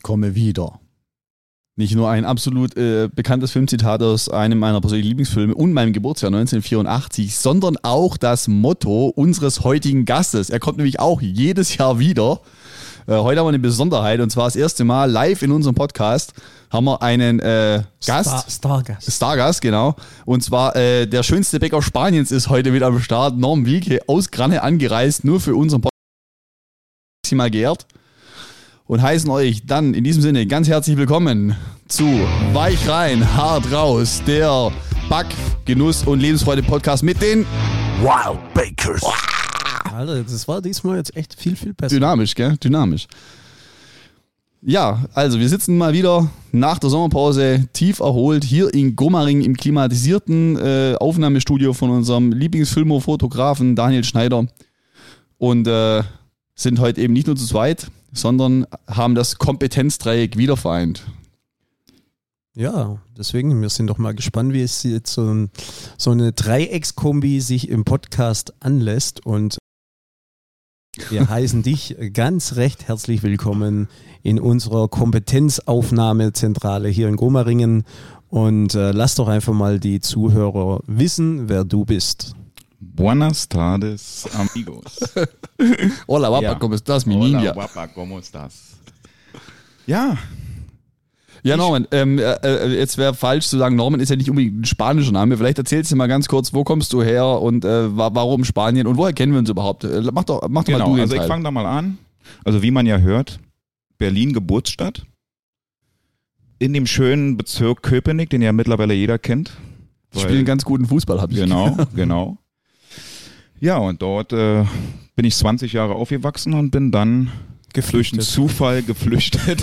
komme wieder. Nicht nur ein absolut bekanntes Filmzitat aus einem meiner persönlichen Lieblingsfilme und meinem Geburtsjahr 1984, sondern auch das Motto unseres heutigen Gastes. Er kommt nämlich auch jedes Jahr wieder. Heute haben wir eine Besonderheit und zwar das erste Mal live in unserem Podcast haben wir einen Gast. Stargast, genau. Und zwar der schönste Bäcker Spaniens ist heute wieder am Start. Norman Wilke aus Granne angereist, nur für unseren Podcast. Maximal geehrt. Und heißen euch dann in diesem Sinne ganz herzlich willkommen zu Weich rein, hart raus, der Back-, Genuss- und Lebensfreude-Podcast mit den Wild Bakers. Alter, das war diesmal jetzt echt viel, viel besser. Dynamisch, gell? Dynamisch. Ja, also wir sitzen mal wieder nach der Sommerpause tief erholt hier in Gomaring im klimatisierten Aufnahmestudio von unserem Lieblingsfilmer-Fotografen Daniel Schneider und sind heute eben nicht nur zu zweit, sondern haben das Kompetenzdreieck wieder vereint. Ja, deswegen, wir sind doch mal gespannt, wie es jetzt so eine Dreieckskombi sich im Podcast anlässt und wir heißen dich ganz recht herzlich willkommen in unserer Kompetenzaufnahmezentrale hier in Gomaringen und lass doch einfach mal die Zuhörer wissen, wer du bist. Buenas tardes, amigos. Hola, guapa, ¿cómo estás, mi Hola, niña? guapa, ¿cómo estás? Ja. Ja, Norman, jetzt wäre falsch zu sagen, Norman ist ja nicht unbedingt ein spanischer Name. Vielleicht erzählst du mal ganz kurz, wo kommst du her und warum Spanien und woher kennen wir uns überhaupt? Mach doch mal du den also Teil. ich fange da mal an. Also wie man ja hört, Berlin Geburtsstadt. In dem schönen Bezirk Köpenick, den ja mittlerweile jeder kennt. Die spielen ganz guten Fußball, habe ich Genau. Ja, und dort bin ich 20 Jahre aufgewachsen und bin dann durch einen Zufall geflüchtet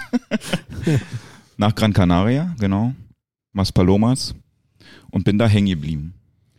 nach Gran Canaria, genau, Maspalomas, und bin da hängen geblieben.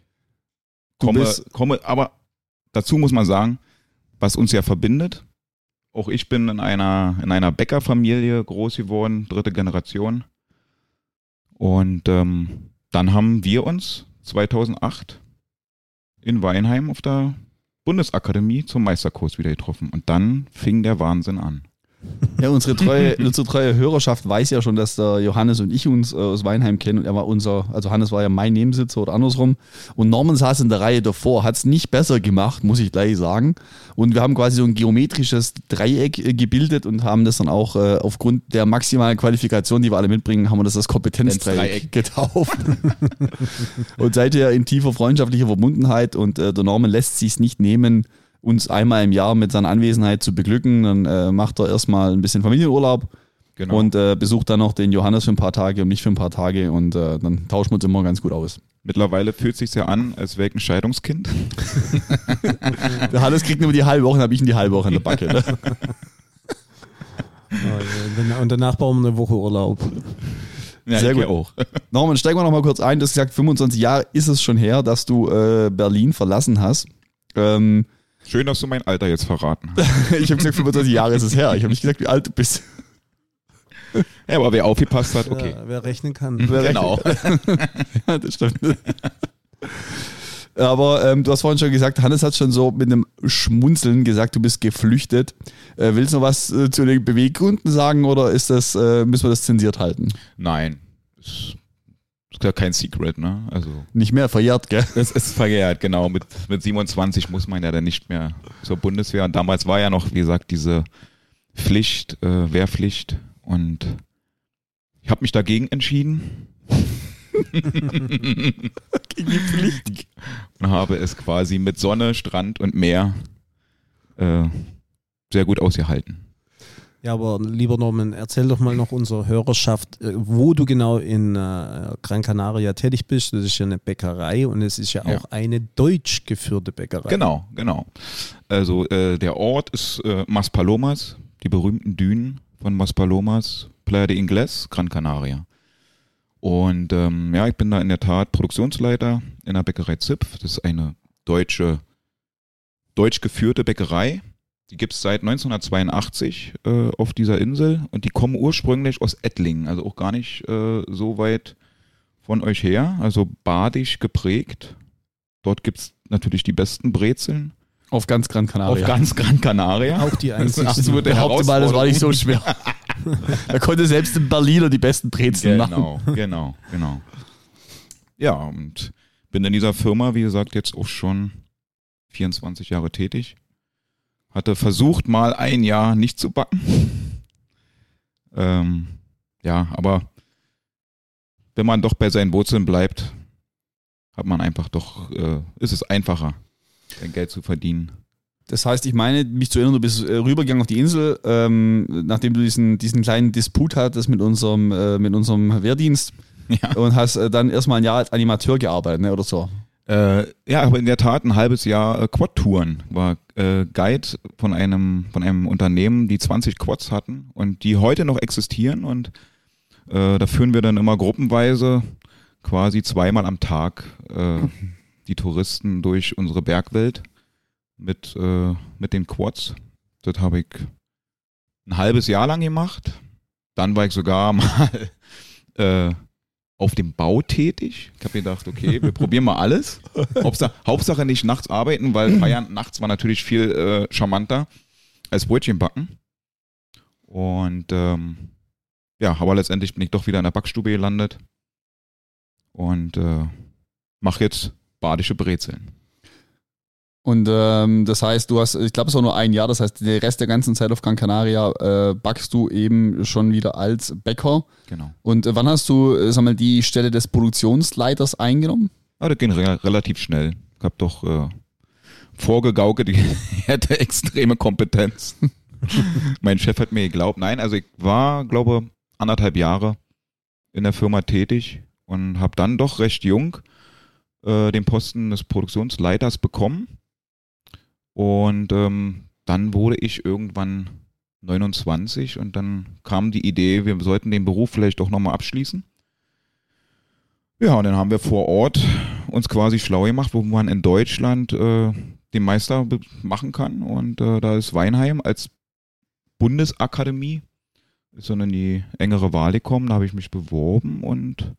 Aber dazu muss man sagen, was uns ja verbindet. Auch ich bin in einer Bäckerfamilie groß geworden, 3. Generation. Und dann haben wir uns 2008 in Weinheim auf der Bundesakademie zum Meisterkurs wieder getroffen. Und dann fing der Wahnsinn an. Ja, unsere treue Hörerschaft weiß ja schon, dass der Johannes und ich uns aus Weinheim kennen. Und er war also Hannes war ja mein Nebensitzer oder andersrum. Und Norman saß in der Reihe davor, hat es nicht besser gemacht, muss ich gleich sagen. Und wir haben quasi so ein geometrisches Dreieck gebildet und haben das dann auch aufgrund der maximalen Qualifikation, die wir alle mitbringen, haben wir das Kompetenzdreieck getauft. Und seither in tiefer freundschaftlicher Verbundenheit und der Norman lässt sich es nicht nehmen, uns einmal im Jahr mit seiner Anwesenheit zu beglücken. Dann macht er erstmal ein bisschen Familienurlaub und besucht dann noch den Johannes für ein paar Tage und mich für ein paar Tage und dann tauschen wir uns immer ganz gut aus. Mittlerweile fühlt es sich ja an, als wäre ich ein Scheidungskind. Der Hannes kriegt nur die halbe Woche, dann habe ich ihn die halbe Woche in der Backe. Ne? Und danach brauchen wir eine Woche Urlaub. Ja, sehr gut. Auch. Norman, steigen wir noch mal kurz ein. Du hast gesagt, 25 Jahre ist es schon her, dass du Berlin verlassen hast. Schön, dass du mein Alter jetzt verraten hast. Ich habe gesagt, 25 Jahre ist es her. Ich habe nicht gesagt, wie alt du bist. Ja, aber wer aufgepasst hat, okay. Ja, wer rechnen kann. Genau. Ja, das stimmt. Aber du hast vorhin schon gesagt, Hannes hat schon so mit einem Schmunzeln gesagt, du bist geflüchtet. Willst du noch was zu den Beweggründen sagen oder müssen wir das zensiert halten? Nein. Ist ja kein Secret, ne? Also nicht mehr verjährt, gell? Es ist verjährt, genau. Mit 27 muss man ja dann nicht mehr zur Bundeswehr. Und damals war ja noch, wie gesagt, diese Pflicht, Wehrpflicht. Und ich habe mich dagegen entschieden. Gegen die Pflicht. Und habe es quasi mit Sonne, Strand und Meer sehr gut ausgehalten. Ja, aber lieber Norman, erzähl doch mal noch unserer Hörerschaft, wo du genau in Gran Canaria tätig bist. Das ist ja eine Bäckerei und es ist ja auch eine deutsch geführte Bäckerei. Genau. Also der Ort ist Maspalomas, die berühmten Dünen von Maspalomas, Playa de Ingles, Gran Canaria. Und ich bin da in der Tat Produktionsleiter in der Bäckerei Zipf. Das ist eine deutsch geführte Bäckerei. Die gibt es seit 1982 auf dieser Insel und die kommen ursprünglich aus Ettlingen, also auch gar nicht so weit von euch her, also badisch geprägt. Dort gibt es natürlich die besten Brezeln. Auf ganz Gran Canaria. Auch die einzigsten. Das war nicht so schwer. Da konnte selbst in Berliner die besten Brezeln machen. Genau. Ja, und bin in dieser Firma, wie gesagt, jetzt auch schon 24 Jahre tätig. Hatte versucht, mal ein Jahr nicht zu backen. Ja, aber wenn man doch bei seinen Wurzeln bleibt, hat man einfach doch, ist es einfacher, sein Geld zu verdienen. Das heißt, ich meine, mich zu erinnern, du bist rübergegangen auf die Insel, nachdem du diesen kleinen Disput hattest mit unserem Wehrdienst und hast dann erstmal ein Jahr als Animateur gearbeitet, ne, oder so. Ja, aber in der Tat ein halbes Jahr Quad-Touren. War Guide von einem Unternehmen, die 20 Quads hatten und die heute noch existieren und da führen wir dann immer gruppenweise quasi zweimal am Tag die Touristen durch unsere Bergwelt mit den Quads. Das habe ich ein halbes Jahr lang gemacht. Dann war ich sogar mal auf dem Bau tätig. Ich habe gedacht, okay, wir probieren mal alles. Hauptsache nicht nachts arbeiten, weil Feiern nachts war natürlich viel charmanter als Brötchen backen. Und ja, aber letztendlich bin ich doch wieder in der Backstube gelandet und mache jetzt badische Brezeln. Und das heißt, du hast, ich glaube, es war nur ein Jahr, das heißt, den Rest der ganzen Zeit auf Gran Canaria backst du eben schon wieder als Bäcker. Genau. Und wann hast du, sag mal, die Stelle des Produktionsleiters eingenommen? Ja, das ging relativ schnell. Ich habe doch vorgegaukelt, ich hätte extreme Kompetenz. Mein Chef hat mir geglaubt. Nein, also ich war, glaube 1,5 Jahre in der Firma tätig und habe dann doch recht jung den Posten des Produktionsleiters bekommen. Und dann wurde ich irgendwann 29 und dann kam die Idee, wir sollten den Beruf vielleicht doch nochmal abschließen. Ja, und dann haben wir vor Ort uns quasi schlau gemacht, wo man in Deutschland den Meister machen kann. Und da ist Weinheim als Bundesakademie, ist dann in die engere Wahl gekommen, da habe ich mich beworben und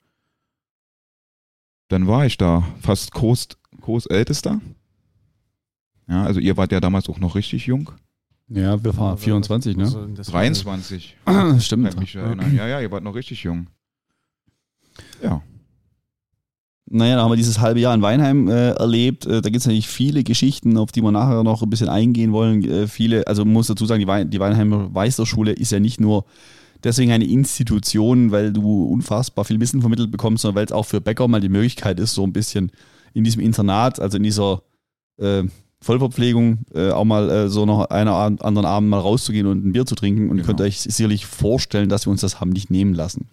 dann war ich da fast Großältester. Ja, also ihr wart ja damals auch noch richtig jung. Ja, wir waren 24, ne? Also 23. Stimmt. Kann ich mich erinnern. Ja, ihr wart noch richtig jung. Ja. Naja, da haben wir dieses halbe Jahr in Weinheim erlebt. Da gibt es natürlich viele Geschichten, auf die wir nachher noch ein bisschen eingehen wollen. Also man muss dazu sagen, die Weinheimer Meisterschule ist ja nicht nur deswegen eine Institution, weil du unfassbar viel Wissen vermittelt bekommst, sondern weil es auch für Bäcker mal die Möglichkeit ist, so ein bisschen in diesem Internat, also in dieser Vollverpflegung, auch mal so noch einen anderen Abend mal rauszugehen und ein Bier zu trinken. Und ihr könnt euch sicherlich vorstellen, dass wir uns das haben nicht nehmen lassen.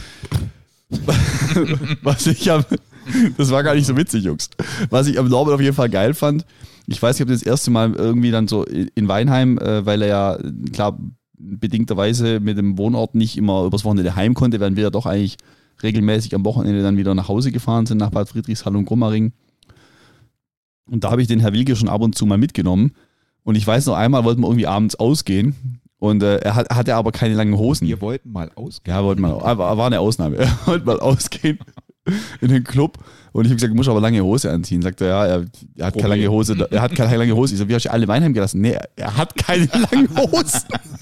Das war gar nicht so witzig, Jungs. Was ich am Norbert auf jeden Fall geil fand, ich weiß, ich habe das erste Mal irgendwie dann so in Weinheim, weil er ja, klar, bedingterweise mit dem Wohnort nicht immer übers Wochenende heim konnte, während wir ja doch eigentlich regelmäßig am Wochenende dann wieder nach Hause gefahren sind, nach Bad Friedrichshall und Grummaring. Und da habe ich den Herr Wilke schon ab und zu mal mitgenommen. Und ich weiß noch, einmal wollten wir irgendwie abends ausgehen und er hatte aber keine langen Hosen. Wir wollten mal ausgehen? Ja, war eine Ausnahme. Er wollte mal ausgehen in den Club und ich habe gesagt, du musst aber lange Hose anziehen. Sagt er, er hat keine lange Hose. Er hat keine lange Hose. Ich so, wie hast du alle Weinheim gelassen? Nee, er hat keine langen Hosen.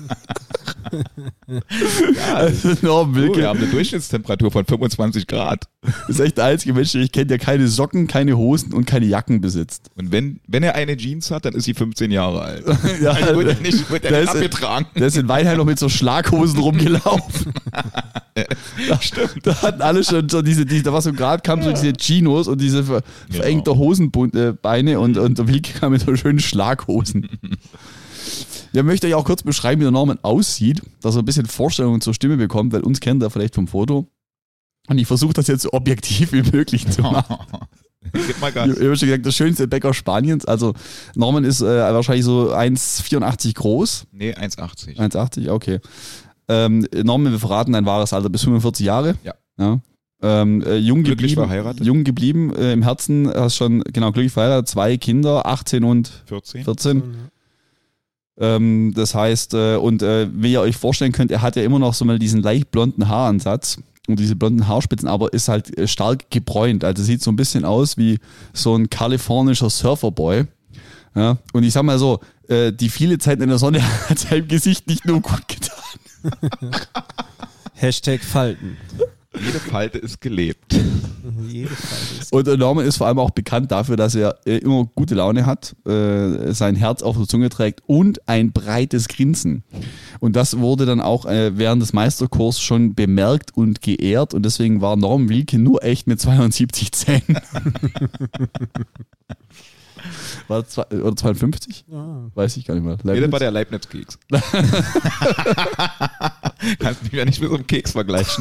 Ja, also wir haben eine Durchschnittstemperatur von 25 Grad. Das ist echt der einzige Mensch, den ich kenne, der keine Socken, keine Hosen und keine Jacken besitzt. Und wenn er eine Jeans hat, dann ist sie 15 Jahre alt. Ja, also wird er nicht abgetragen. Der ist in Weinheim noch mit so Schlaghosen rumgelaufen. Stimmt. Da hatten alle schon so da war so gerade, kamen so diese Chinos und diese verengte Hosenbeine und der Wilke kam mit so schönen Schlaghosen. Ja, möchte ich auch kurz beschreiben, wie der Norman aussieht, dass er ein bisschen Vorstellungen zur Stimme bekommt, weil uns kennt er vielleicht vom Foto. Und ich versuche das jetzt so objektiv wie möglich zu machen. Gib mal Gas. Ich habe schon gesagt, der schönste Bäcker Spaniens. Also Norman ist wahrscheinlich so 1,84 groß. Nee, 1,80. 1,80, okay. Norman, wir verraten dein wahres Alter bis 45 Jahre. Ja. Jung glücklich geblieben, verheiratet. Jung geblieben, im Herzen hast schon, genau, glücklich verheiratet, 2 Kinder, 18 und 14. Das heißt, wie ihr euch vorstellen könnt, er hat ja immer noch so mal diesen leicht blonden Haaransatz und diese blonden Haarspitzen, aber ist halt stark gebräunt. Also sieht so ein bisschen aus wie so ein kalifornischer Surferboy. Ja, und ich sag mal so, die viele Zeit in der Sonne hat seinem Gesicht nicht nur gut getan. Hashtag Falten. Jede Falte ist gelebt. Jede Falte ist Und Norman ist vor allem auch bekannt dafür, dass er immer gute Laune hat, sein Herz auf der Zunge trägt und ein breites Grinsen. Und das wurde dann auch während des Meisterkurs schon bemerkt und geehrt und deswegen war Norman Wilke nur echt mit 72 Zähnen. War das oder 52? Ja. Weiß ich gar nicht mehr. Das war der Leibniz-Keks. Kannst mich ja nicht mit so einem Keks vergleichen.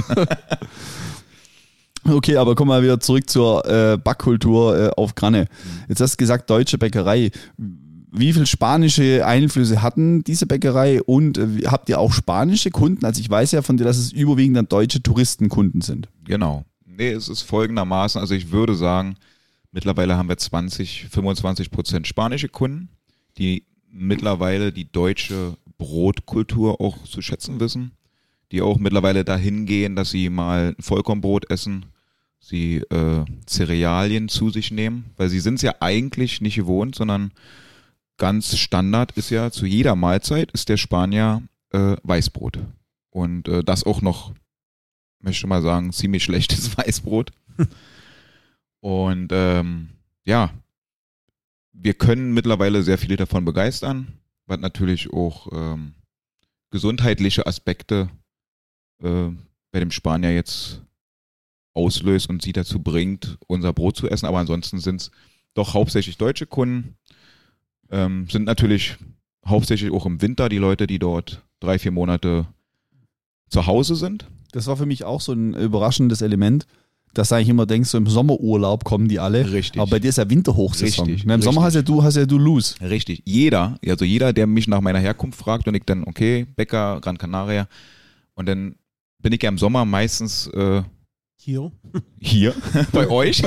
Okay, aber kommen wir wieder zurück zur Backkultur auf Granne. Jetzt hast du gesagt, deutsche Bäckerei. Wie viel spanische Einflüsse hatten diese Bäckerei und habt ihr auch spanische Kunden? Also ich weiß ja von dir, dass es überwiegend dann deutsche Touristenkunden sind. Genau. Nee, es ist folgendermaßen, also ich würde sagen, mittlerweile haben wir 25% spanische Kunden, die mittlerweile die deutsche Brotkultur auch zu schätzen wissen, die auch mittlerweile dahin gehen, dass sie mal ein Vollkornbrot essen, sie Cerealien zu sich nehmen, weil sie sind es ja eigentlich nicht gewohnt, sondern ganz Standard ist ja zu jeder Mahlzeit ist der Spanier Weißbrot. Und das auch noch, möchte mal sagen, ziemlich schlechtes Weißbrot. Und ja, wir können mittlerweile sehr viele davon begeistern, was natürlich auch gesundheitliche Aspekte bei dem Spanier jetzt auslöst und sie dazu bringt, unser Brot zu essen. Aber ansonsten sind es doch hauptsächlich deutsche Kunden, sind natürlich hauptsächlich auch im Winter die Leute, die dort 3-4 Monate zu Hause sind. Das war für mich auch so ein überraschendes Element, dass du eigentlich immer denkst, so im Sommerurlaub kommen die alle. Richtig. Aber bei dir ist ja Winterhochsaison. Richtig, Im Sommer hast ja du Lose. Richtig. Jeder, der mich nach meiner Herkunft fragt und ich dann, okay, Bäcker, Gran Canaria, und dann bin ich ja im Sommer meistens hier. Hier, bei euch.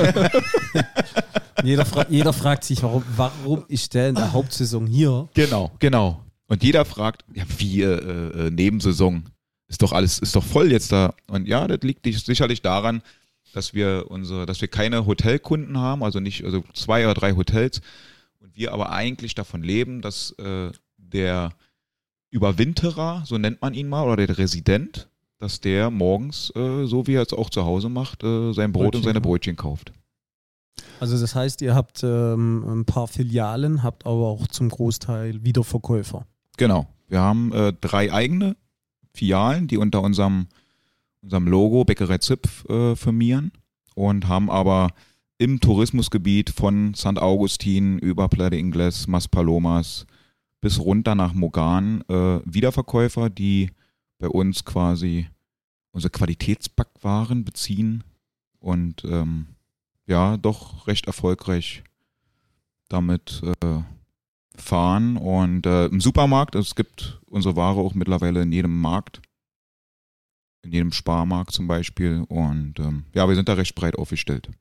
Jeder fragt sich, warum ist der in der Hauptsaison hier? Genau. Und jeder fragt, ja, wie Nebensaison? Ist doch voll jetzt da. Und ja, das liegt sicherlich daran, dass wir keine Hotelkunden haben, also 2 oder 3 Hotels, und wir aber eigentlich davon leben, dass der Überwinterer, so nennt man ihn mal, oder der Resident, dass der morgens, so wie er es auch zu Hause macht, sein Brot und seine Brötchen kauft. Also das heißt, ihr habt ein paar Filialen, habt aber auch zum Großteil Wiederverkäufer. Genau. Wir haben 3 eigene Filialen, die unter unserem Logo Bäckerei Zipf firmieren und haben aber im Tourismusgebiet von St. Augustin über Playa de Ingles, Maspalomas bis runter nach Mogan Wiederverkäufer, die bei uns quasi unsere Qualitätsbackwaren beziehen und ja, doch recht erfolgreich damit fahren. Und im Supermarkt, es gibt unsere Ware auch mittlerweile in jedem Markt, in jedem Sparmarkt zum Beispiel. Und ja, wir sind da recht breit aufgestellt.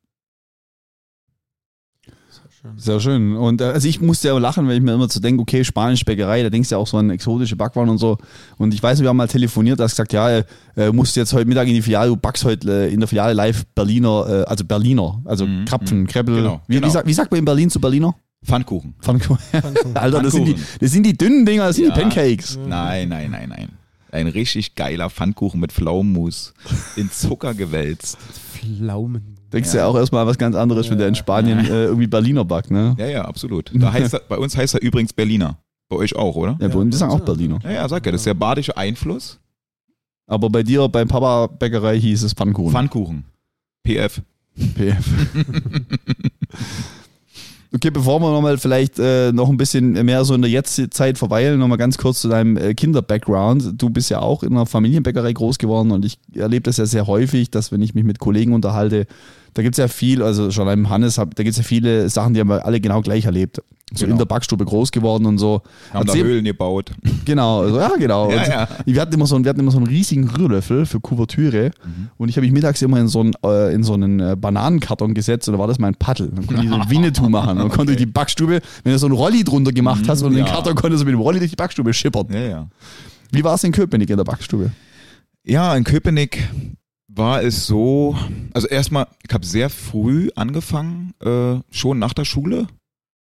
Sehr schön. Und also ich musste ja lachen, wenn ich mir immer so denke, okay, spanische Bäckerei, da denkst du ja auch so an exotische Backwaren und so. Und ich weiß, wir haben mal telefoniert, da hast gesagt, ja, musst jetzt heute Mittag in die Filiale, du backst heute in der Filiale live Berliner, also Krapfen, Kreppel. Genau, Wie sagt man in Berlin zu Berliner? Pfannkuchen. Alter, das sind die dünnen Dinger, das sind die Pancakes. Nein. Ein richtig geiler Pfannkuchen mit Pflaumenmus in Zucker gewälzt. Pflaumen. Denkst du ja auch erstmal was ganz anderes, wenn der in Spanien irgendwie Berliner backt, ne? Ja, absolut. Bei uns heißt er übrigens Berliner. Bei euch auch, oder? Ja, bei uns sagen auch Berliner. Ja, sag ja, das ist der badische Einfluss. Aber bei dir, beim Papa Bäckerei hieß es Pfannkuchen. Pfannkuchen. PF. Okay, bevor wir nochmal vielleicht noch ein bisschen mehr so in der Jetztzeit verweilen, nochmal ganz kurz zu deinem Kinder-Background. Du bist ja auch in einer Familienbäckerei groß geworden und ich erlebe das ja sehr häufig, dass wenn ich mich mit Kollegen unterhalte, da gibt es ja viel, also schon beim Hannes, da gibt es ja viele Sachen, die haben wir alle genau gleich erlebt. So in der Backstube groß geworden und so. Haben da Höhlen gebaut. Genau, also, ja genau. Ja. Wir hatten immer so einen riesigen Rührlöffel für Kuvertüre und ich habe mich mittags immer in so einen Bananenkarton gesetzt und da war das mein Paddel. Dann konnte ich so Winnetou machen und konnte durch die Backstube, wenn du so einen Rolli drunter gemacht hast und den Karton konntest du mit dem Rolli durch die Backstube schippern. Ja. Wie war es in Köpenick in der Backstube? Ja, in Köpenick war es so, also erstmal, ich habe sehr früh angefangen, schon nach der Schule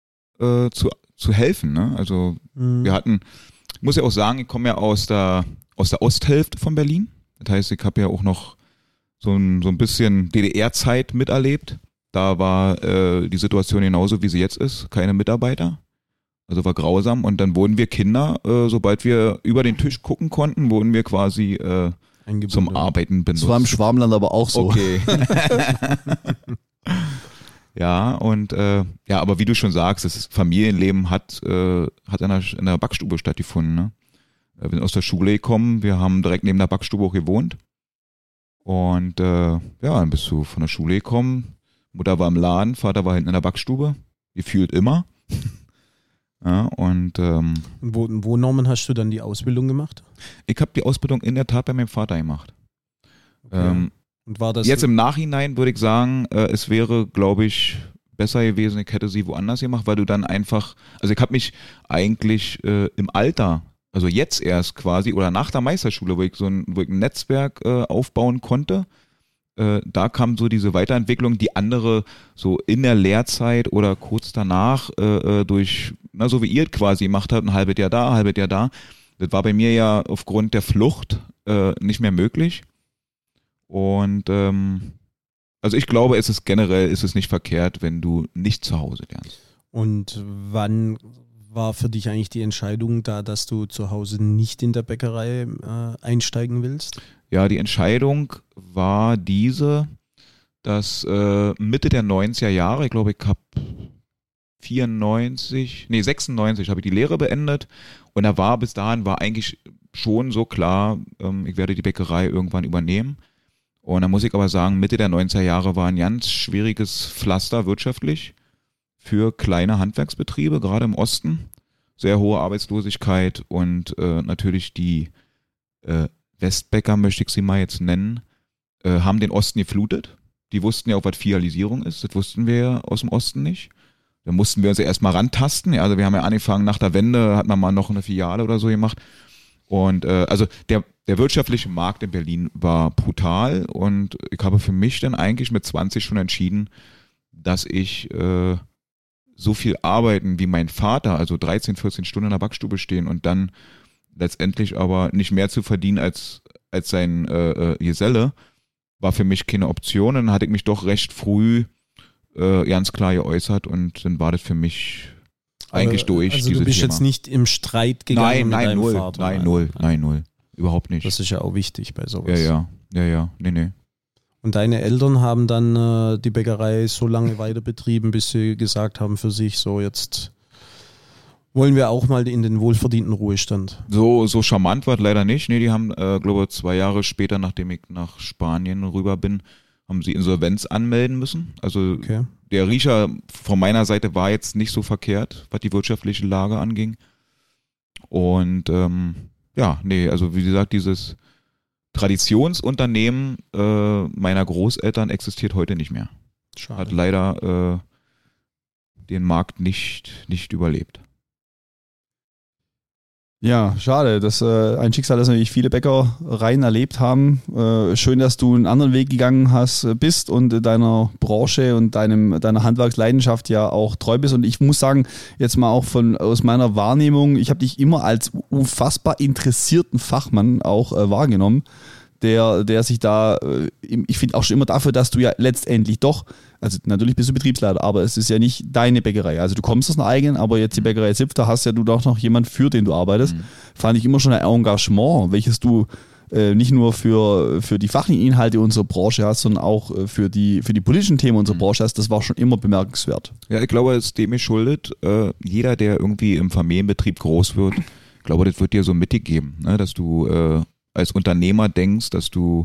zu helfen. Ne? Also wir hatten, ich muss ja auch sagen, ich komme ja aus der aus der Osthälfte von Berlin. Das heißt, ich habe ja auch noch so ein bisschen DDR-Zeit miterlebt. Da war die Situation genauso, wie sie jetzt ist. Keine Mitarbeiter. Also war grausam. Und dann wurden wir Kinder, sobald wir über den Tisch gucken konnten, wurden wir quasi zum Arbeiten benutzt. Das war im Schwarmland aber auch so. Okay. Ja, und aber wie du schon sagst, das Familienleben hat in der Backstube stattgefunden. Ne? Wir sind aus der Schule gekommen, wir haben direkt neben der Backstube auch gewohnt. Und dann bist du von der Schule gekommen. Mutter war im Laden, Vater war hinten in der Backstube. Gefühlt immer. Ja, und wo Norman hast du dann die Ausbildung gemacht? Ich habe die Ausbildung in der Tat bei meinem Vater gemacht. Okay. Und war das jetzt im Nachhinein würde ich sagen, es wäre, glaube ich, besser gewesen, ich hätte sie woanders gemacht, weil du dann einfach, also ich habe mich eigentlich im Alter, also jetzt erst quasi oder nach der Meisterschule, wo ich ein Netzwerk aufbauen konnte, da kam so diese Weiterentwicklung, die andere so in der Lehrzeit oder kurz danach durch, so wie ihr quasi gemacht habt, ein halbes Jahr da. Das war bei mir ja aufgrund der Flucht nicht mehr möglich. Und also ich glaube, ist es nicht verkehrt, wenn du nicht zu Hause lernst. Und wann war für dich eigentlich die Entscheidung da, dass du zu Hause nicht in der Bäckerei einsteigen willst? Ja, die Entscheidung war diese, dass Mitte der 90er Jahre, ich glaube, ich habe 96 habe ich die Lehre beendet und bis dahin war eigentlich schon so klar, ich werde die Bäckerei irgendwann übernehmen. Und dann muss ich aber sagen, Mitte der 90er Jahre war ein ganz schwieriges Pflaster wirtschaftlich für kleine Handwerksbetriebe, gerade im Osten. Sehr hohe Arbeitslosigkeit und natürlich die Westbäcker, möchte ich sie mal jetzt nennen, haben den Osten geflutet. Die wussten ja auch, was Filialisierung ist. Das wussten wir ja aus dem Osten nicht. Da mussten wir uns ja erstmal rantasten. Ja, also wir haben ja angefangen, nach der Wende hat man mal noch eine Filiale oder so gemacht. Und also der wirtschaftliche Markt in Berlin war brutal und ich habe für mich dann eigentlich mit 20 schon entschieden, dass ich so viel arbeiten wie mein Vater, also 13, 14 Stunden in der Backstube stehen und dann letztendlich aber nicht mehr zu verdienen als sein Geselle, war für mich keine Option. Und dann hatte ich mich doch recht früh ganz klar geäußert und dann war das für mich eigentlich durch. Also du bist jetzt nicht im Streit gegangen mit deinem Vater? Nein, null. Überhaupt nicht. Das ist ja auch wichtig bei sowas. Ja, nee. Und deine Eltern haben dann die Bäckerei so lange weiter betrieben, bis sie gesagt haben für sich, so jetzt wollen wir auch mal in den wohlverdienten Ruhestand. So charmant war es leider nicht. Nee, die haben, glaube ich, 2 Jahre später, nachdem ich nach Spanien rüber bin, haben sie Insolvenz anmelden müssen. Also okay. Der Riecher von meiner Seite war jetzt nicht so verkehrt, was die wirtschaftliche Lage anging. Und also wie gesagt, dieses Traditionsunternehmen meiner Großeltern existiert heute nicht mehr. Schade. Hat leider den Markt nicht überlebt. Ja, schade. Das ein Schicksal, das natürlich viele Bäckereien erlebt haben. Schön, dass du einen anderen Weg gegangen bist und deiner Branche und deiner Handwerksleidenschaft ja auch treu bist. Und ich muss sagen, jetzt mal auch aus meiner Wahrnehmung, ich habe dich immer als unfassbar interessierten Fachmann auch wahrgenommen, der sich da, ich finde auch schon immer dafür, dass du ja letztendlich doch, also natürlich bist du Betriebsleiter, aber es ist ja nicht deine Bäckerei. Also du kommst aus einer eigenen, aber jetzt die Bäckerei Zipf, da hast ja du doch noch jemand, für den du arbeitest. Fand ich immer schon ein Engagement, welches du nicht nur für die fachlichen Inhalte unserer Branche hast, sondern auch für die politischen Themen unserer Branche hast. Das war schon immer bemerkenswert. Ja, ich glaube, es ist dem geschuldet. Jeder, der irgendwie im Familienbetrieb groß wird, ich glaube, das wird dir so mittig geben, ne? Dass du als Unternehmer denkst, dass du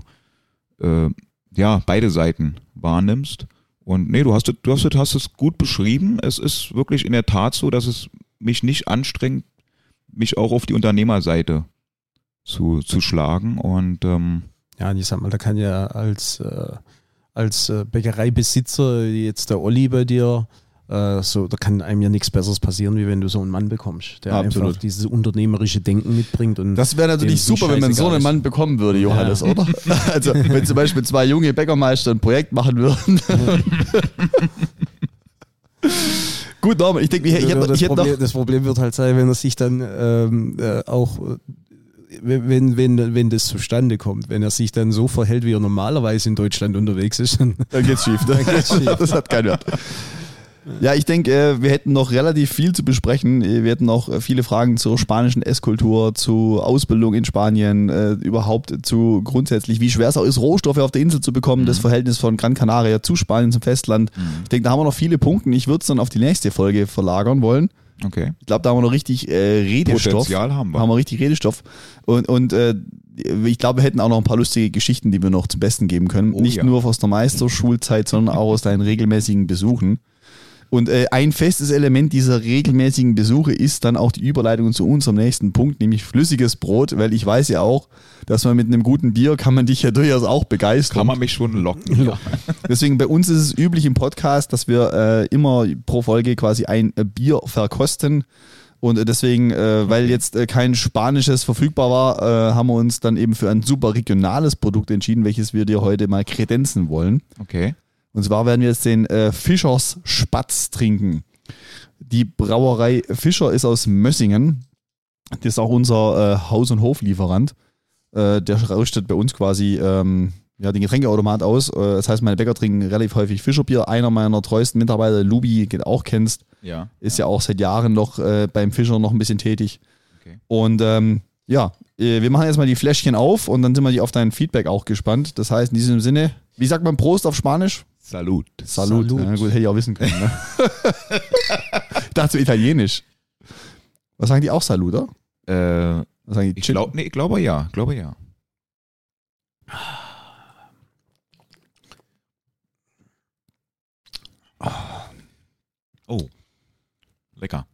beide Seiten wahrnimmst. Und nee, du hast es gut beschrieben. Es ist wirklich in der Tat so, dass es mich nicht anstrengt, mich auch auf die Unternehmerseite zu schlagen. Und ich sag mal, da kann ja als Bäckereibesitzer jetzt der Olli bei dir, da kann einem ja nichts Besseres passieren, wie wenn du so einen Mann bekommst, der einfach dieses unternehmerische Denken mitbringt. Und das wäre natürlich super, wenn man so einen Mann bekommen würde, Johannes, oder? Also wenn zum Beispiel 2 junge Bäckermeister ein Projekt machen würden. Gut, Norman, ich denke, das Problem wird halt sein, wenn er sich dann auch wenn das zustande kommt, wenn er sich dann so verhält, wie er normalerweise in Deutschland unterwegs ist, dann geht's schief. Das hat keinen Wert. Ja, ich denke, wir hätten noch relativ viel zu besprechen. Wir hätten noch viele Fragen zur spanischen Esskultur, zu Ausbildung in Spanien, überhaupt zu grundsätzlich, wie schwer es auch ist, Rohstoffe auf der Insel zu bekommen, das Verhältnis von Gran Canaria zu Spanien, zum Festland. Ich denke, da haben wir noch viele Punkte. Ich würde es dann auf die nächste Folge verlagern wollen. Okay. Ich glaube, da haben wir noch richtig Redestoff. Potenzial haben wir. Haben wir richtig Redestoff. Und ich glaube, wir hätten auch noch ein paar lustige Geschichten, die wir noch zum Besten geben können. Nicht nur aus der Meisterschulzeit, sondern auch aus deinen regelmäßigen Besuchen. Und ein festes Element dieser regelmäßigen Besuche ist dann auch die Überleitung zu unserem nächsten Punkt, nämlich flüssiges Brot, weil ich weiß ja auch, dass man mit einem guten Bier kann man dich ja durchaus auch begeistern. Kann man mich schon locken. Ja. Deswegen bei uns ist es üblich im Podcast, dass wir immer pro Folge quasi ein Bier verkosten. Und deswegen, weil jetzt kein spanisches verfügbar war, haben wir uns dann eben für ein super regionales Produkt entschieden, welches wir dir heute mal kredenzen wollen. Okay. Und zwar werden wir jetzt den Fischers Spatz trinken. Die Brauerei Fischer ist aus Mössingen. Das ist auch unser Haus- und Hoflieferant. Der rüstet bei uns quasi den Getränkeautomat aus. Das heißt, meine Bäcker trinken relativ häufig Fischerbier. Einer meiner treuesten Mitarbeiter, Lubi, den du auch kennst, ist ja auch seit Jahren noch beim Fischer noch ein bisschen tätig. Okay. Und wir machen jetzt mal die Fläschchen auf und dann sind wir auf dein Feedback auch gespannt. Das heißt, in diesem Sinne, wie sagt man Prost auf Spanisch? Salud. Salud. Ja, gut, hätte ich auch wissen können. Ne? Ich dachte so italienisch. Was sagen die auch Salud, oder? Was sagen die? Ich glaube ja. Oh. Lecker.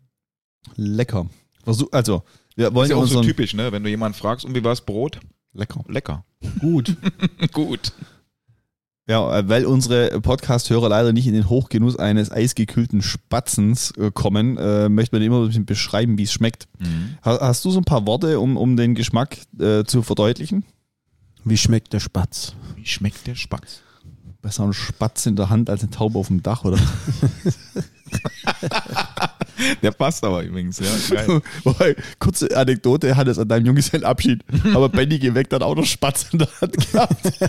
Also, wir wollen ist ja auch so unseren... typisch, ne? Wenn du jemanden fragst, wie war das Brot? Lecker. gut. Gut. Ja, weil unsere Podcast-Hörer leider nicht in den Hochgenuss eines eisgekühlten Spatzens kommen, möchte man immer ein bisschen beschreiben, wie es schmeckt. Hast du so ein paar Worte, um den Geschmack zu verdeutlichen? Wie schmeckt der Spatz? Wie schmeckt der Spatz? Besser ein Spatz in der Hand als eine Taube auf dem Dach, oder? Der passt aber übrigens, ja. Geil. Kurze Anekdote, hat es an deinem Junggesellenabschied, aber Benny geweckt hat auch noch Spatz in der Hand gehabt.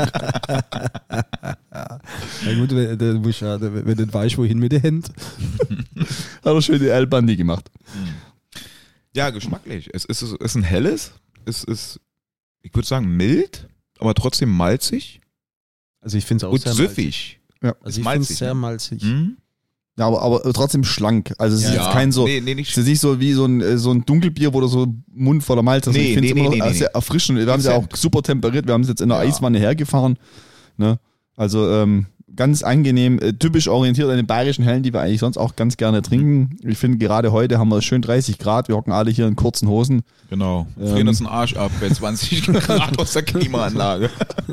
Ja gut, wenn du weißt, wohin mit der Hand. Hat er schön die El Bandi gemacht. Ja, geschmacklich. Es ist ein helles, es ist, ich würde sagen, mild, aber trotzdem malzig. Also ich finde es auch und sehr süffig. Ja. Also ich finde es sehr malzig. Ja, aber trotzdem schlank. Also es ist jetzt kein so, nicht es ist nicht so wie so ein Dunkelbier, wo du so Mund voller Malz hast. Ich finde es immer noch sehr erfrischend. Wir haben es ja auch super temperiert. Wir haben es jetzt in der Eiswanne hergefahren. Ne? Also ganz angenehm, typisch orientiert an den bayerischen Hellen, die wir eigentlich sonst auch ganz gerne trinken. Ich finde, gerade heute haben wir schön 30 Grad. Wir hocken alle hier in kurzen Hosen. Genau. Frieren uns den Arsch ab bei 20 Grad aus der Klimaanlage.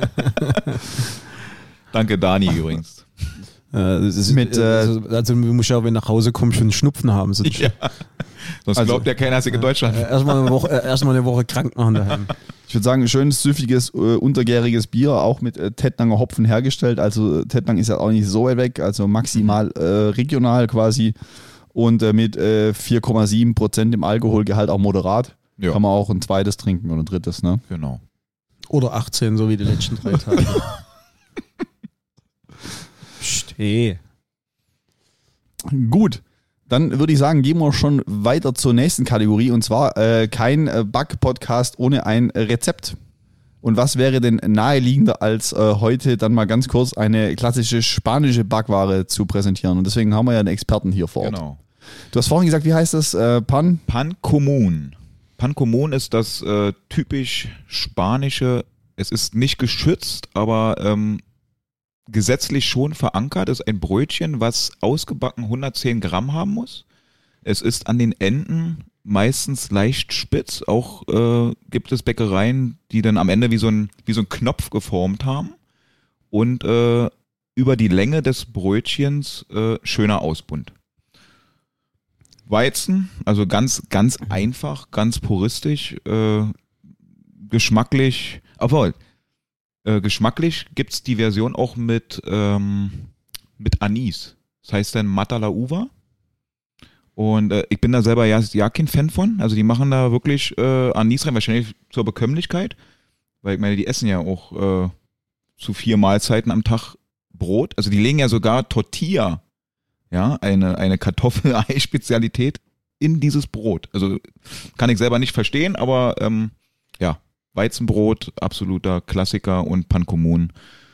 Danke, Dani, übrigens. Also du musst ja, wenn du nach Hause kommst, schon einen Schnupfen haben. Sonst glaubt ja keiner, dass ich in Deutschland erstmal eine Woche krank machen daheim. Ich würde sagen, ein schönes, süffiges, untergäriges Bier, auch mit Tettnanger Hopfen hergestellt. Also Tettnang ist ja auch nicht so weit weg, also maximal regional quasi. Und mit 4,7% im Alkoholgehalt auch moderat. Ja. Kann man auch ein zweites trinken oder ein drittes, ne? Genau. Oder 18, so wie die letzten 3 Tage. Hey. Gut, dann würde ich sagen, gehen wir schon weiter zur nächsten Kategorie und zwar kein Back-Podcast ohne ein Rezept. Und was wäre denn naheliegender als heute dann mal ganz kurz eine klassische spanische Backware zu präsentieren? Und deswegen haben wir ja einen Experten hier vor Ort. Genau. Du hast vorhin gesagt, wie heißt das? Pan? Pan Común. Pan Común ist das typisch spanische, es ist nicht geschützt, aber gesetzlich schon verankert, ist ein Brötchen, was ausgebacken 110 Gramm haben muss. Es ist an den Enden meistens leicht spitz. Auch gibt es Bäckereien, die dann am Ende wie so ein Knopf geformt haben und über die Länge des Brötchens schöner Ausbund. Weizen, also ganz einfach, ganz puristisch, geschmacklich, obwohl geschmacklich gibt es die Version auch mit Anis. Das heißt dann Mata la Uva. Und ich bin da selber ja kein Fan von. Also die machen da wirklich Anis rein, wahrscheinlich zur Bekömmlichkeit. Weil ich meine, die essen ja auch zu 4 Mahlzeiten am Tag Brot. Also die legen ja sogar Tortilla, ja, eine Kartoffel-Ei-Spezialität in dieses Brot. Also kann ich selber nicht verstehen, aber ja, Weizenbrot, absoluter Klassiker und Pan Común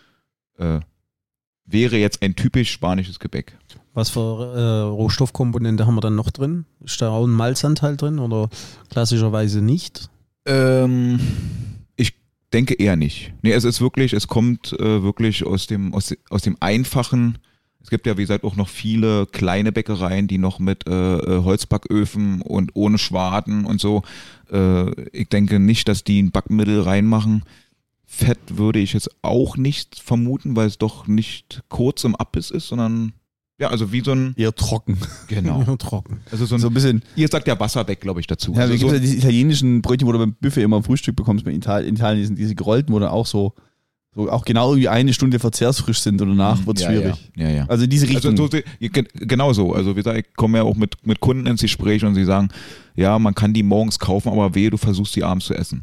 wäre jetzt ein typisch spanisches Gebäck. Was für Rohstoffkomponente haben wir dann noch drin? Ist da auch ein Malzanteil drin oder klassischerweise nicht? Ich denke eher nicht. Nee, es kommt wirklich aus dem einfachen. Es gibt ja, wie gesagt, auch noch viele kleine Bäckereien, die noch mit Holzbacköfen und ohne Schwaden und so. Ich denke nicht, dass die ein Backmittel reinmachen. Fett würde ich jetzt auch nicht vermuten, weil es doch nicht kurz im Abbiss ist, sondern ja, also wie so ein... Eher trocken. Genau. Trocken. Also so ein bisschen... Ihr sagt ja Wasserbeck, glaube ich, dazu. Ja, also wie gibt es ja diese italienischen Brötchen, wo du beim Buffet immer am Frühstück bekommst, in Italien diese gerollten, wo dann auch so auch genau irgendwie 1 Stunde verzehrsfrisch sind und danach wird es schwierig. Ja. Also diese Richtung. Also genau so. Also wie gesagt, ich komme ja auch mit Kunden ins Gespräch und sie sagen, ja, man kann die morgens kaufen, aber wehe, du versuchst die abends zu essen.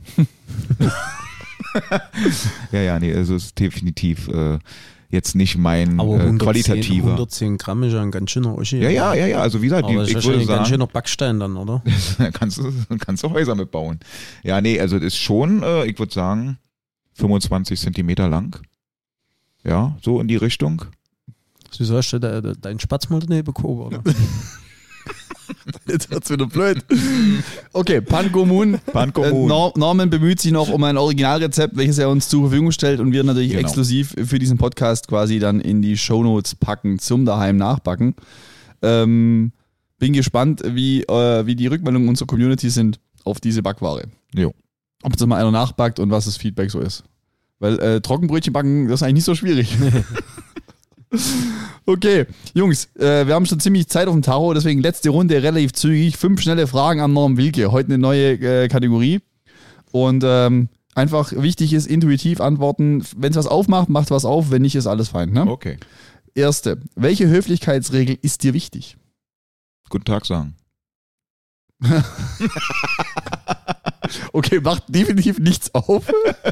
ja, nee, also es ist definitiv jetzt nicht mein qualitativer. 110 Gramm ist ja ein ganz schöner Oschi. Ja, also wie gesagt, aber ich das würde ist ein sagen, ganz schöner Backstein dann, oder? kannst du Häuser mitbauen. Ja, nee, also das ist schon, ich würde sagen, 25 Zentimeter lang. Ja, so in die Richtung. Wieso hast du deinen Spatzmul daneben bekommen, oder? Jetzt wird's wieder blöd. Okay, Pan Común. Norman bemüht sich noch um ein Originalrezept, welches er uns zur Verfügung stellt und wir natürlich exklusiv für diesen Podcast quasi dann in die Shownotes packen, zum daheim nachbacken. Bin gespannt, wie die Rückmeldungen unserer Community sind auf diese Backware. Jo. Ob jetzt mal einer nachbackt und was das Feedback so ist. Weil Trockenbrötchen backen, das ist eigentlich nicht so schwierig. Okay, Jungs, wir haben schon ziemlich Zeit auf dem Tacho, deswegen letzte Runde relativ zügig. 5 schnelle Fragen an Norm Wilke. Heute eine neue Kategorie. Und einfach wichtig ist, intuitiv antworten. Wenn es was aufmacht, macht was auf. Wenn nicht, ist alles fein. Ne? Okay. Erste, welche Höflichkeitsregel ist dir wichtig? Guten Tag sagen. Okay, macht definitiv nichts auf.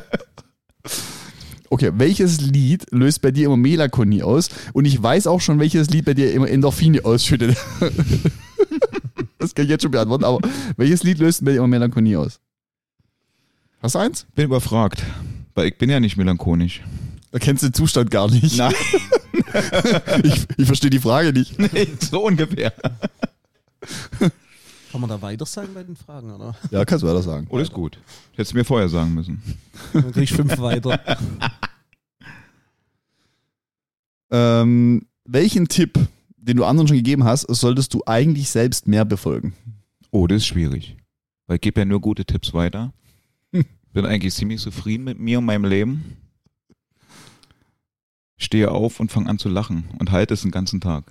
Okay, welches Lied löst bei dir immer Melancholie aus? Und ich weiß auch schon, welches Lied bei dir immer Endorphine ausschüttet. Das kann ich jetzt schon beantworten, aber welches Lied löst bei dir immer Melancholie aus? Hast du eins? Bin überfragt, weil ich bin ja nicht melancholisch. Da kennst du den Zustand gar nicht. Nein. Ich verstehe die Frage nicht. Nee, so ungefähr. Kann man da weiter sagen bei den Fragen, oder? Ja, kannst du weiter sagen. Oh, das ist gut. Hättest du mir vorher sagen müssen. Dann krieg ich 5 weiter. Welchen Tipp, den du anderen schon gegeben hast, solltest du eigentlich selbst mehr befolgen? Oh, das ist schwierig. Weil ich gebe ja nur gute Tipps weiter. Bin eigentlich ziemlich zufrieden mit mir und meinem Leben. Stehe auf und fange an zu lachen und halte es den ganzen Tag.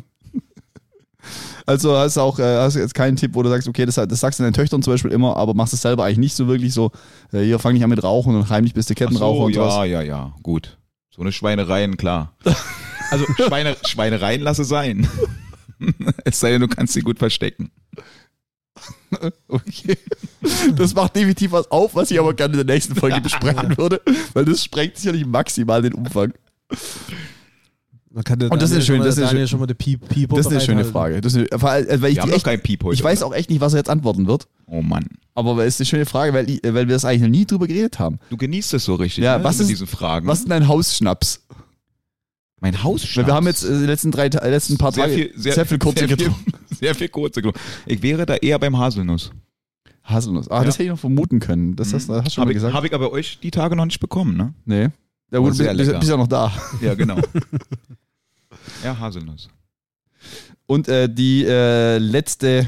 Also hast du jetzt keinen Tipp, wo du sagst, okay, das sagst du deinen Töchtern zum Beispiel immer, aber machst es selber eigentlich nicht so wirklich so, hier fang nicht an mit Rauchen und heimlich bist du Kettenraucher und sowas. Ja, gut. So eine Schweinereien, klar. Also Schweinereien lasse sein. Es sei denn, du kannst sie gut verstecken. Okay. Das macht definitiv was auf, was ich aber gerne in der nächsten Folge besprechen würde, weil das sprengt sicherlich maximal den Umfang. Man kann und das ist schön, das ist schon mal eine schöne Frage. Weil ich haben doch kein Piep heute. Ich weiß auch echt nicht, was er jetzt antworten wird. Oh Mann. Aber es ist eine schöne Frage, weil wir das eigentlich noch nie drüber geredet haben. Du genießt es so richtig, ja, ne? Was mit ist, diesen Fragen. Was ist denn dein Hausschnaps? Mein Hausschnaps? Weil wir haben jetzt die letzten paar Tage sehr viel kurze getrunken. Sehr viel kurze getrunken. Ich wäre da eher beim Haselnuss. Haselnuss. Das hätte ich noch vermuten können. Das hast du schon mal gesagt. Habe ich aber euch die Tage noch nicht bekommen, ne? Nee. Ja gut, bist ja noch da. Ja, genau. Ja, Haselnuss. Und die letzte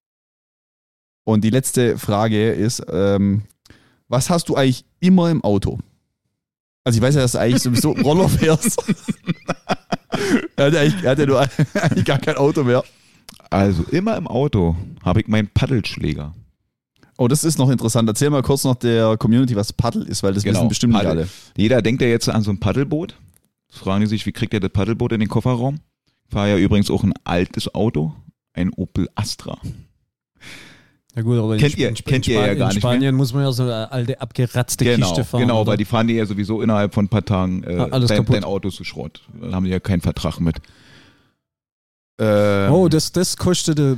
Frage ist, was hast du eigentlich immer im Auto? Also ich weiß ja, dass du eigentlich sowieso Roller fährst. Er hat ja nur eigentlich gar kein Auto mehr. Also immer im Auto habe ich meinen Paddelschläger. Oh, das ist noch interessant. Erzähl mal kurz noch der Community, was Paddel ist, weil das wissen bestimmt nicht alle. Jeder denkt ja jetzt an so ein Paddelboot. Fragen die sich, wie kriegt der das Paddelboot in den Kofferraum? Ich fahre ja übrigens auch ein altes Auto, ein Opel Astra. Ja gut, aber Kennt ihr ja gar nicht in Spanien mehr. muss man ja so eine alte abgeratzte Kiste fahren. Genau, oder? weil die fahren dir ja sowieso innerhalb von ein paar Tagen alles kaputt. dein Auto zu Schrott. Dann haben die ja keinen Vertrag mit. Oh, das kostet dir.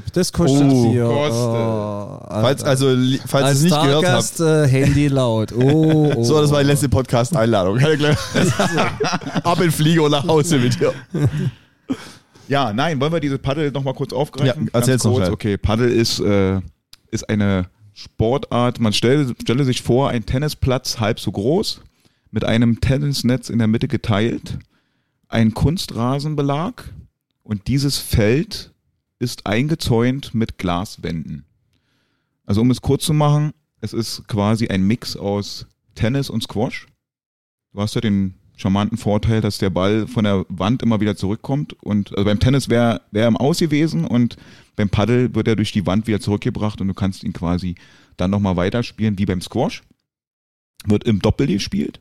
Falls ihr es nicht gehört habt. Handy laut. Oh. So, das war die letzte Podcast-Einladung. Ab in den Flieger und nach Hause mit dir. Ja, nein, wollen wir diese Paddel nochmal kurz aufgreifen? Ja, erzähl's noch schnell. Okay, Paddel ist eine Sportart, man stelle sich vor, ein Tennisplatz halb so groß, mit einem Tennisnetz in der Mitte geteilt, ein Kunstrasenbelag und dieses Feld ist eingezäunt mit Glaswänden. Also um es kurz zu machen, es ist quasi ein Mix aus Tennis und Squash. Du hast ja den charmanten Vorteil, dass der Ball von der Wand immer wieder zurückkommt und also beim Tennis wäre er im Aus gewesen und beim Paddel wird er durch die Wand wieder zurückgebracht und du kannst ihn quasi dann nochmal weiterspielen wie beim Squash. Wird im Doppel gespielt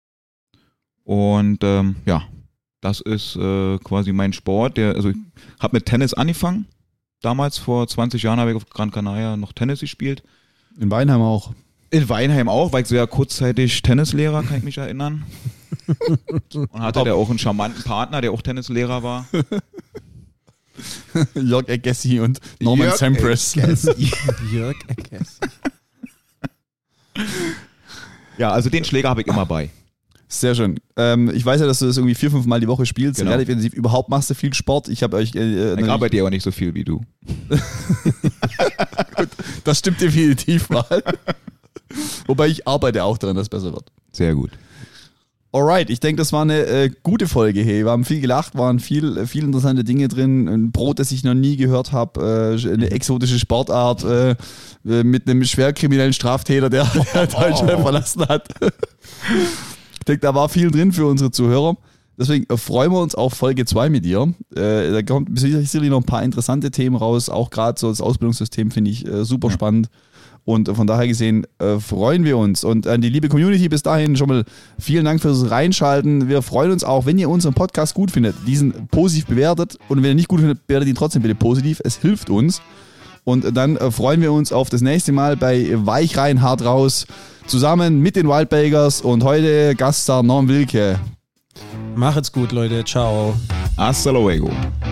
und das ist quasi mein Sport. Also ich habe mit Tennis angefangen. Damals vor 20 Jahren habe ich auf Gran Canaria noch Tennis gespielt. In Weinheim auch. In Weinheim auch, weil ich so ja kurzzeitig Tennislehrer, kann ich mich erinnern. Und hatte der auch einen charmanten Partner, der auch Tennislehrer war. Jörg Agassi und Norman Sampras. Jörg Agassi. Ja, also den Schläger habe ich immer bei. Sehr schön. Ich weiß ja, dass du das irgendwie 4-5 Mal die Woche spielst. Genau. Relativ intensiv. Überhaupt machst du viel Sport. Ich habe euch. Ich arbeite ja auch nicht so viel wie du. Gut, das stimmt definitiv mal. Wobei ich arbeite auch daran, dass es besser wird. Sehr gut. Alright, ich denke, das war eine gute Folge. Hey, wir haben viel gelacht, waren viel interessante Dinge drin. Ein Brot, das ich noch nie gehört habe, eine exotische Sportart mit einem schwerkriminellen Straftäter, der Deutschland verlassen hat. Ich denke, da war viel drin für unsere Zuhörer. Deswegen freuen wir uns auf Folge 2 mit dir. Da kommt sicherlich noch ein paar interessante Themen raus. Auch gerade so das Ausbildungssystem finde ich super spannend. Und von daher gesehen freuen wir uns. Und an die liebe Community bis dahin schon mal vielen Dank fürs Reinschalten. Wir freuen uns auch, wenn ihr unseren Podcast gut findet, diesen positiv bewertet. Und wenn ihr nicht gut findet, bewertet ihn trotzdem bitte positiv. Es hilft uns. Und dann freuen wir uns auf das nächste Mal bei Weich rein, hart raus. Zusammen mit den Wildbakers und heute Gaststar Norm Wilke. Macht's gut, Leute. Ciao. Hasta luego.